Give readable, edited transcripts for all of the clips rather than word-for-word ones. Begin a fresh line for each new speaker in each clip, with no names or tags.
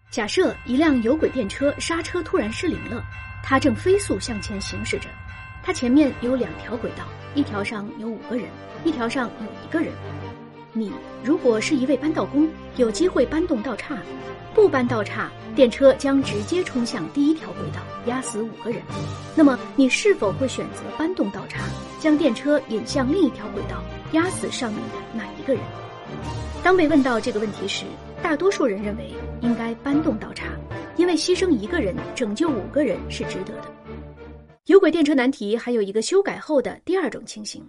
假设一辆有轨电车刹车突然失灵了，它正飞速向前行驶着，它前面有2条轨道，一条上有5个人，一条上有1个人。你如果是一位搬道工，有机会搬动道岔，不搬道岔，电车将直接冲向第1条轨道，压死5个人。那么你是否会选择搬动道岔，将电车引向另一条轨道，压死上面的那1个人？当被问到这个问题时，大多数人认为应该搬动道岔，因为牺牲1个人拯救5个人是值得的。有轨电车难题还有一个修改后的第2种情形。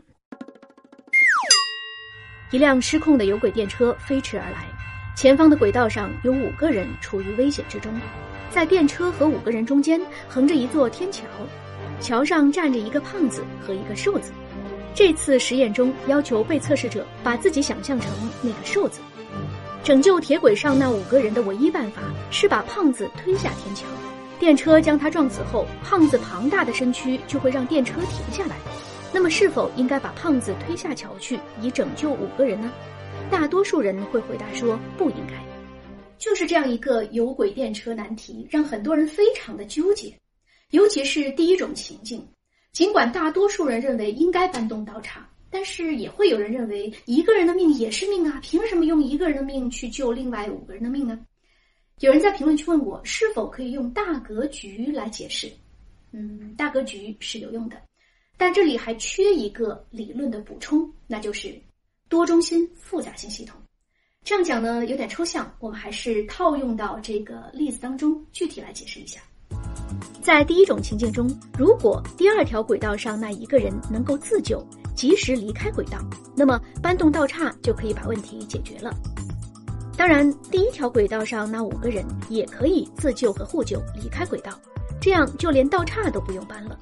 一辆失控的有轨电车飞驰而来，前方的轨道上有5个人处于危险之中，在电车和5个人中间横着一座天桥，桥上站着一个胖子和一个瘦子。这次实验中要求被测试者把自己想象成那个瘦子。拯救铁轨上那5个人的唯一办法是把胖子推下天桥，电车将他撞死后，胖子庞大的身躯就会让电车停下来。那么是否应该把胖子推下桥去，以拯救5个人呢？大多数人会回答说不应该。就是这样一个有轨电车难题，让很多人非常的纠结，尤其是第1种情境。尽管大多数人认为应该搬动道岔，但是也会有人认为1个人的命也是命啊，凭什么用1个人的命去救另外5个人的命呢？有人在评论区问我是否可以用大格局来解释。大格局是有用的，但这里还缺一个理论的补充，那就是多中心复杂性系统。这样讲呢有点抽象，我们还是套用到这个例子当中具体来解释一下。在第1种情境中，如果第2条轨道上那1个人能够自救，及时离开轨道，那么搬动道岔就可以把问题解决了。当然，第1条轨道上那5个人也可以自救和互救离开轨道，这样就连道岔都不用搬了。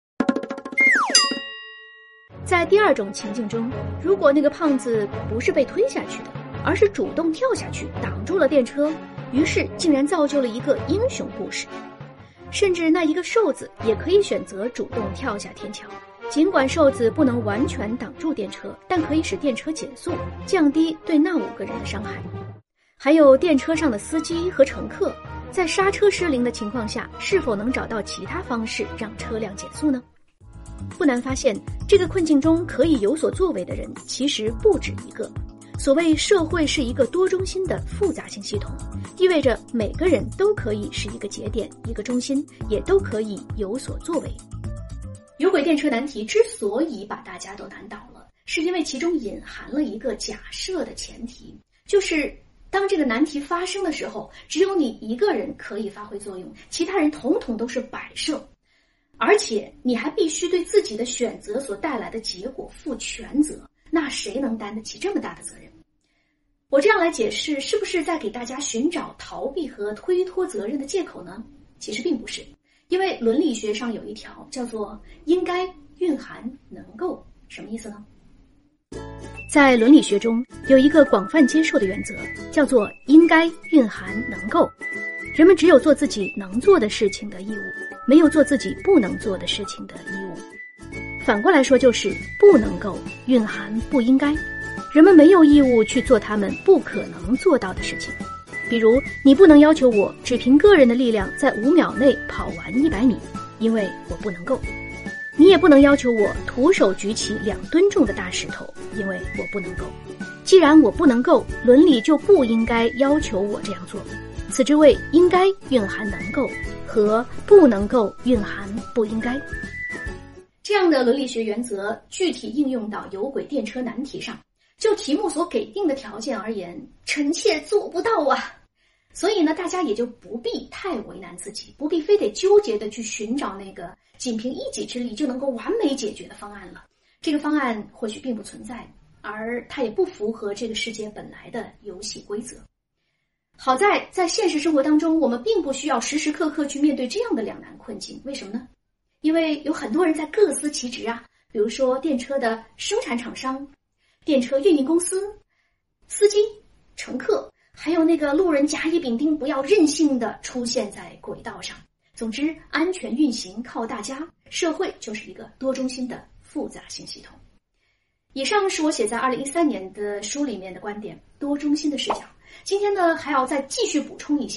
在第2种情境中，如果那个胖子不是被推下去的，而是主动跳下去挡住了电车，于是竟然造就了一个英雄故事。甚至那1个瘦子也可以选择主动跳下天桥，尽管瘦子不能完全挡住电车，但可以使电车减速，降低对那5个人的伤害。还有电车上的司机和乘客，在刹车失灵的情况下，是否能找到其他方式让车辆减速呢？不难发现，这个困境中可以有所作为的人其实不止1个。所谓社会是一个多中心的复杂性系统，意味着每个人都可以是一个节点、一个中心，也都可以有所作为。有轨电车难题之所以把大家都难倒了，是因为其中隐含了一个假设的前提，就是当这个难题发生的时候，只有你1个人可以发挥作用，其他人统统都是摆设，而且你还必须对自己的选择所带来的结果负全责，那谁能担得起这么大的责任？我这样来解释，是不是在给大家寻找逃避和推脱责任的借口呢？其实并不是，因为伦理学上有一条叫做应该蕴含能够，什么意思呢？在伦理学中有一个广泛接受的原则，叫做应该蕴含能够。人们只有做自己能做的事情的义务，没有做自己不能做的事情的义务。反过来说，就是不能够蕴含不应该。人们没有义务去做他们不可能做到的事情。比如，你不能要求我只凭个人的力量在5秒内跑完100米，因为我不能够。你也不能要求我徒手举起2吨重的大石头，因为我不能够。既然我不能够，伦理就不应该要求我这样做。此之谓应该蕴含能够和不能够蕴含不应该。这样的伦理学原则具体应用到有轨电车难题上，就题目所给定的条件而言，臣妾做不到啊。所以呢，大家也就不必太为难自己，不必非得纠结的去寻找那个仅凭一己之力就能够完美解决的方案了。这个方案或许并不存在，而它也不符合这个世界本来的游戏规则。好在现实生活当中，我们并不需要时时刻刻去面对这样的两难困境。为什么呢？因为有很多人在各司其职啊，比如说电车的生产厂商、电车运营公司、司机、乘客，还有那个路人甲乙丙丁，不要任性的出现在轨道上。总之，安全运行靠大家，社会就是一个多中心的复杂性系统。以上是我写在2013年的书里面的观点，多中心的视角。今天呢，还要再继续补充一下，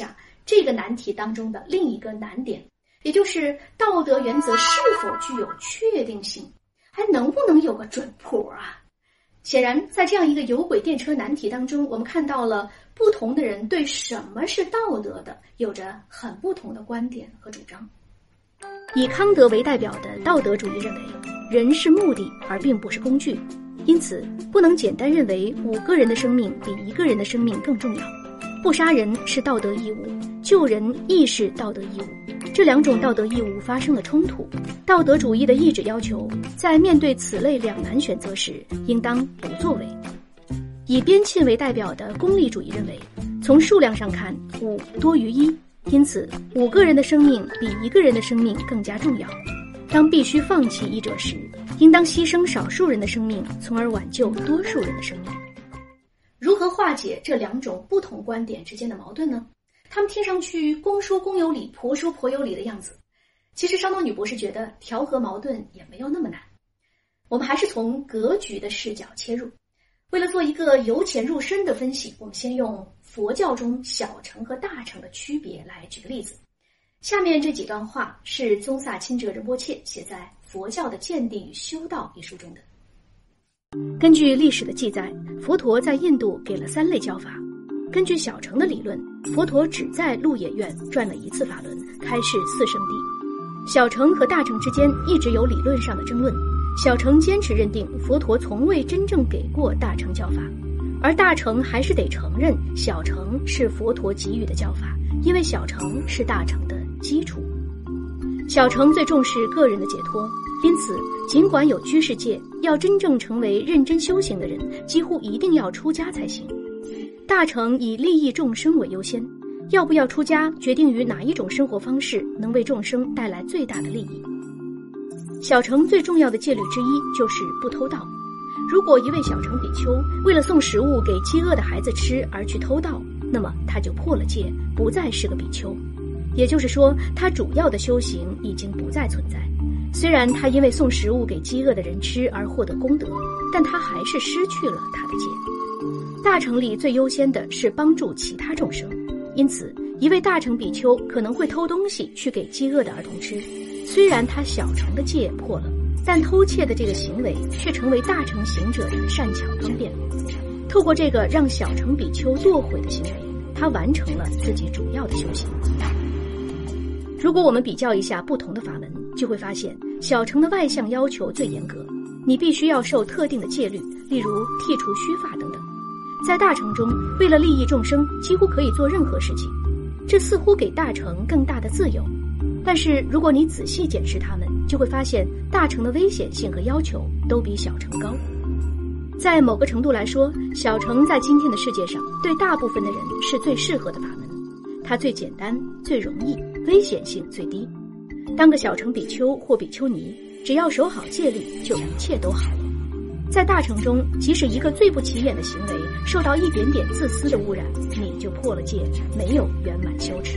这个难题当中的另一个难点，也就是道德原则是否具有确定性，还能不能有个准谱啊？显然，在这样一个有轨电车难题当中，我们看到了不同的人对什么是道德的有着很不同的观点和主张。以康德为代表的道德主义认为，人是目的而并不是工具，因此不能简单认为5个人的生命比1个人的生命更重要。不杀人是道德义务，救人亦是道德义务。这2种道德义务发生了冲突，道德主义的意志要求，在面对此类两难选择时，应当不作为。以边沁为代表的功利主义认为，从数量上看，5多于1，因此5个人的生命比1个人的生命更加重要。当必须放弃一者时，应当牺牲少数人的生命，从而挽救多数人的生命。如何化解这2种不同观点之间的矛盾呢？他们听上去公说公有理，婆说婆有理的样子。其实烧脑女博士觉得调和矛盾也没有那么难。我们还是从格局的视角切入。为了做一个由浅入深的分析，我们先用佛教中小乘和大乘的区别来举个例子。下面这几段话是宗萨钦哲仁波切写在《佛教的鉴定与修道》一书中的。根据历史的记载，佛陀在印度给了3类教法。根据小乘的理论，佛陀只在鹿野苑转了1次法轮，开示4圣谛。小乘和大乘之间一直有理论上的争论，小乘坚持认定佛陀从未真正给过大乘教法，而大乘还是得承认小乘是佛陀给予的教法，因为小乘是大乘的基础。小乘最重视个人的解脱，因此尽管有居士戒，要真正成为认真修行的人，几乎一定要出家才行。大乘以利益众生为优先，要不要出家决定于哪一种生活方式能为众生带来最大的利益。小乘最重要的戒律之一就是不偷盗。如果一位小乘比丘为了送食物给饥饿的孩子吃而去偷盗，那么他就破了戒，不再是个比丘。也就是说，他主要的修行已经不再存在。虽然他因为送食物给饥饿的人吃而获得功德，但他还是失去了他的戒。大乘里最优先的是帮助其他众生，因此一位大乘比丘可能会偷东西去给饥饿的儿童吃，虽然他小乘的戒破了，但偷窃的这个行为却成为大乘行者的善巧方便。透过这个让小乘比丘堕毁的行为，他完成了自己主要的修行。如果我们比较一下不同的法门，就会发现小乘的外向要求最严格，你必须要受特定的戒律，例如剃除须发等等。在大乘中，为了利益众生，几乎可以做任何事情，这似乎给大乘更大的自由。但是如果你仔细检视它们，就会发现大乘的危险性和要求都比小乘高。在某个程度来说，小乘在今天的世界上对大部分的人是最适合的法门，它最简单、最容易，危险性最低。当个小乘比丘或比丘尼，只要守好戒律，就一切都好了。在大乘中，即使一个最不起眼的行为受到一点点自私的污染，你就破了戒，没有圆满修持。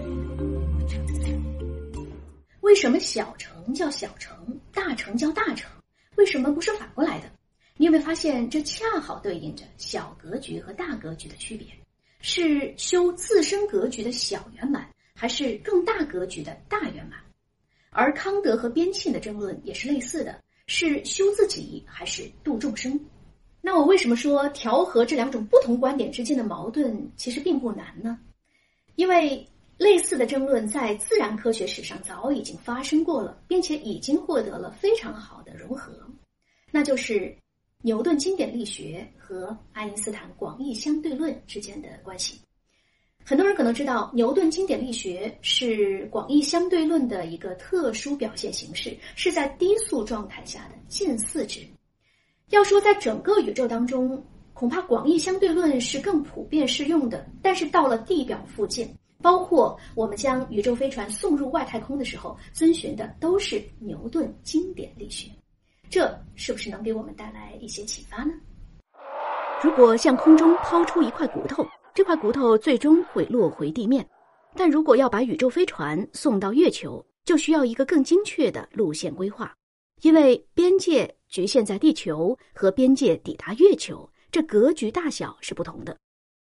为什么小乘叫小乘，大乘叫大乘？为什么不是反过来的？你有没有发现，这恰好对应着小格局和大格局的区别？是修自身格局的小圆满，还是更大格局的大圆满？而康德和边沁的争论也是类似的，是修自己还是度众生？那我为什么说调和这2种不同观点之间的矛盾其实并不难呢？因为类似的争论在自然科学史上早已经发生过了，并且已经获得了非常好的融合，那就是牛顿经典力学和爱因斯坦广义相对论之间的关系。很多人可能知道，牛顿经典力学是广义相对论的一个特殊表现形式，是在低速状态下的近似值。要说在整个宇宙当中，恐怕广义相对论是更普遍适用的，但是到了地表附近，包括我们将宇宙飞船送入外太空的时候，遵循的都是牛顿经典力学。这是不是能给我们带来一些启发呢？如果向空中抛出一块骨头，这块骨头最终会落回地面，但如果要把宇宙飞船送到月球，就需要一个更精确的路线规划，因为边界局限在地球和边界抵达月球，这格局大小是不同的。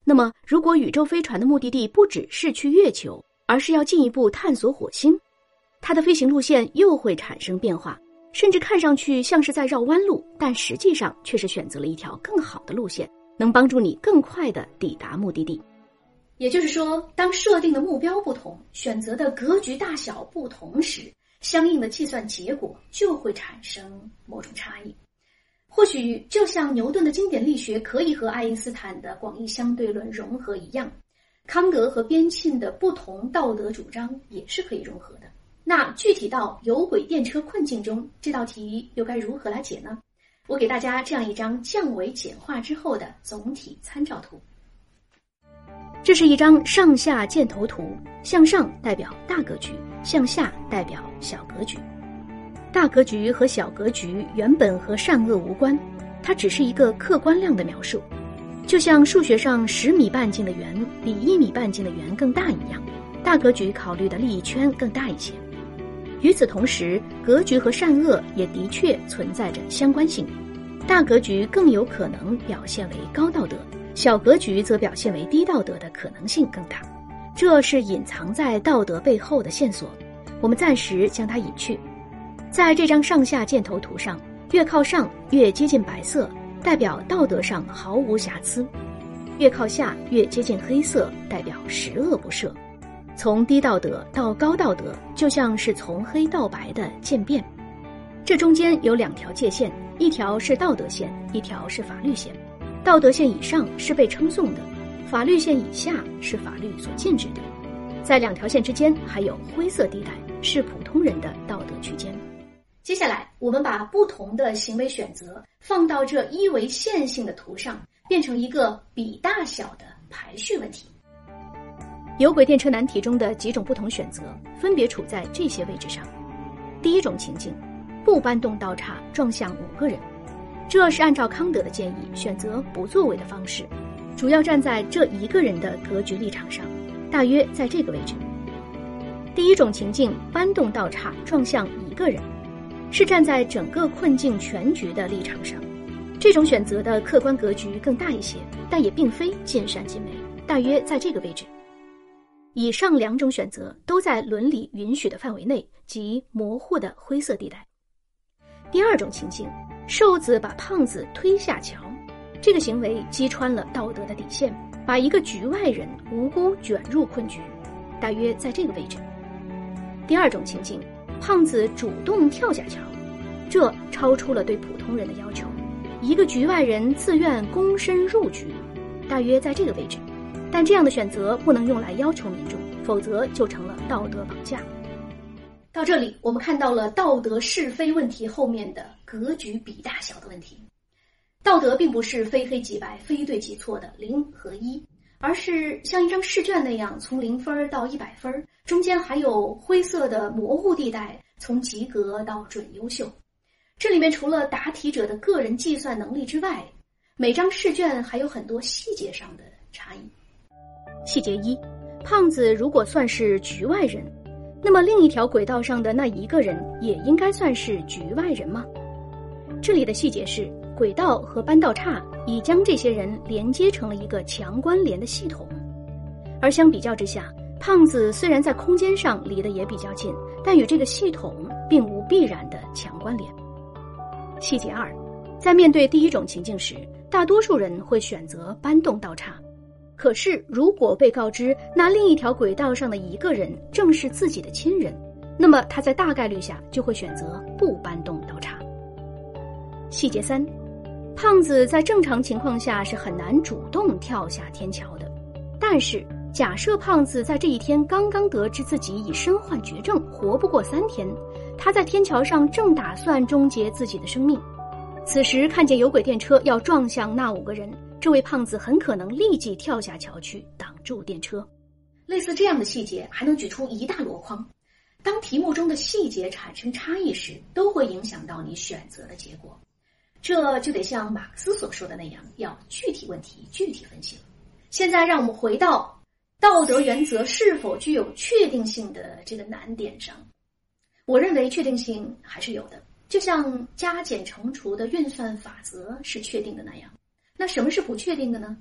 那么，如果宇宙飞船的目的地不只是去月球，而是要进一步探索火星，它的飞行路线又会产生变化，甚至看上去像是在绕弯路，但实际上却是选择了一条更好的路线，能帮助你更快地抵达目的地。也就是说，当设定的目标不同，选择的格局大小不同时，相应的计算结果就会产生某种差异。或许就像牛顿的经典力学可以和爱因斯坦的广义相对论融合一样，康德和边沁的不同道德主张也是可以融合的。那具体到有轨电车困境中，这道题又该如何来解呢？我给大家这样一张降维简化之后的总体参照图。这是一张上下箭头图，向上代表大格局，向下代表小格局。大格局和小格局原本和善恶无关，它只是一个客观量的描述，就像数学上10米半径的圆比1米半径的圆更大一样，大格局考虑的利益圈更大一些。与此同时，格局和善恶也的确存在着相关性，大格局更有可能表现为高道德，小格局则表现为低道德的可能性更大。这是隐藏在道德背后的线索，我们暂时将它隐去。在这张上下箭头图上，越靠上越接近白色，代表道德上毫无瑕疵；越靠下越接近黑色，代表十恶不赦。从低道德到高道德，就像是从黑到白的渐变。这中间有2条界限，一条是道德线，一条是法律线。道德线以上是被称颂的，法律线以下是法律所禁止的。在2条线之间还有灰色地带，是普通人的道德区间。接下来，我们把不同的行为选择放到这一维线性的图上，变成一个比大小的排序问题。有轨电车难题中的几种不同选择分别处在这些位置上。第一种情境，不搬动道岔撞向5个人，这是按照康德的建议选择不作为的方式，主要站在这1个人的格局立场上，大约在这个位置。第一种情境，搬动道岔撞向1个人，是站在整个困境全局的立场上，这种选择的客观格局更大一些，但也并非尽善尽美，大约在这个位置。以上2种选择都在伦理允许的范围内，即模糊的灰色地带。第二种情境，瘦子把胖子推下桥，这个行为击穿了道德的底线，把一个局外人无辜卷入困局，大约在这个位置。第二种情境，胖子主动跳下桥，这超出了对普通人的要求，一个局外人自愿躬身入局，大约在这个位置。但这样的选择不能用来要求民众，否则就成了道德绑架。到这里，我们看到了道德是非问题后面的格局比大小的问题。道德并不是非黑即白、非对即错的0和1，而是像一张试卷那样从0分到100分，中间还有灰色的模糊地带，从及格到准优秀。这里面除了答题者的个人计算能力之外，每张试卷还有很多细节上的差异。细节1，胖子如果算是局外人，那么另一条轨道上的那1个人也应该算是局外人吗？这里的细节是，轨道和搬道岔已将这些人连接成了一个强关联的系统，而相比较之下，胖子虽然在空间上离得也比较近，但与这个系统并无必然的强关联。细节2，在面对第一种情境时，大多数人会选择搬动道岔。可是如果被告知那另一条轨道上的1个人正是自己的亲人，那么他在大概率下就会选择不搬动道岔。细节3，胖子在正常情况下是很难主动跳下天桥的，但是假设胖子在这一天刚刚得知自己已身患绝症，活不过3天，他在天桥上正打算终结自己的生命，此时看见有轨电车要撞向那5个人，这位胖子很可能立即跳下桥去挡住电车。类似这样的细节还能举出一大箩筐。当题目中的细节产生差异时，都会影响到你选择的结果。这就得像马克思所说的那样，要具体问题具体分析了。现在让我们回到道德原则是否具有确定性的这个难点上。我认为确定性还是有的，就像加减乘除的运算法则是确定的那样。那什么是不确定的呢？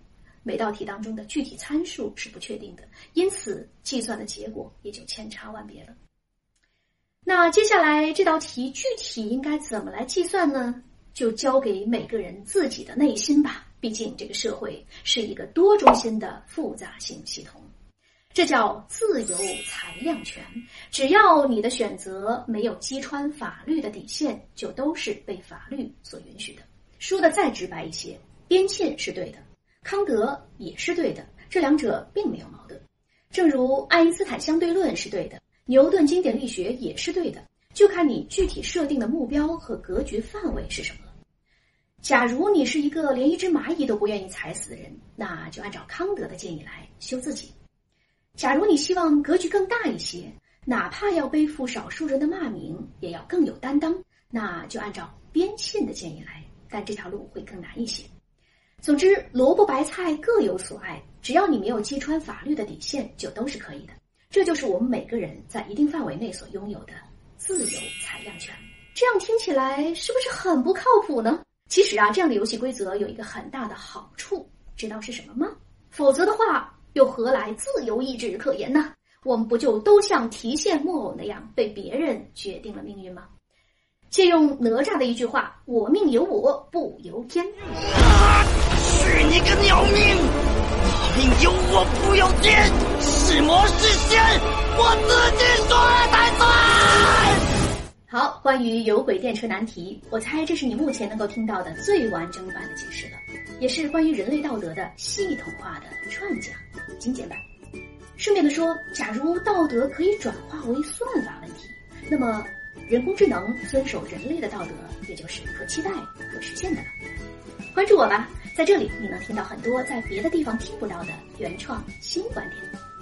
每道题当中的具体参数是不确定的，因此计算的结果也就千差万别了。那接下来这道题具体应该怎么来计算呢？就交给每个人自己的内心吧，毕竟这个社会是一个多中心的复杂性系统。这叫自由裁量权，只要你的选择没有击穿法律的底线，就都是被法律所允许的。说的再直白一些，边沁是对的，康德也是对的，这两者并没有矛盾。正如爱因斯坦相对论是对的，牛顿经典力学也是对的，就看你具体设定的目标和格局范围是什么了。假如你是一个连一只蚂蚁都不愿意踩死的人，那就按照康德的建议来修自己。假如你希望格局更大一些，哪怕要背负少数人的骂名，也要更有担当，那就按照边沁的建议来，但这条路会更难一些。总之，萝卜白菜各有所爱，只要你没有击穿法律的底线，就都是可以的。这就是我们每个人在一定范围内所拥有的自由裁量权。这样听起来是不是很不靠谱呢？其实这样的游戏规则有一个很大的好处，知道是什么吗？否则的话，又何来自由意志可言呢？我们不就都像提线木偶那样被别人决定了命运吗？借用哪吒的一句话，我命由我不由天。
去你个鸟命！我命由我不由天，是魔是仙，我自己说了才算。
好，关于有轨电车难题，我猜这是你目前能够听到的最完整版的解释了，也是关于人类道德的系统化的串讲精简版。顺便的说，假如道德可以转化为算法问题，那么人工智能遵守人类的道德也就是可期待可实现的了。关注我吧，在这里你能听到很多在别的地方听不到的原创新观点。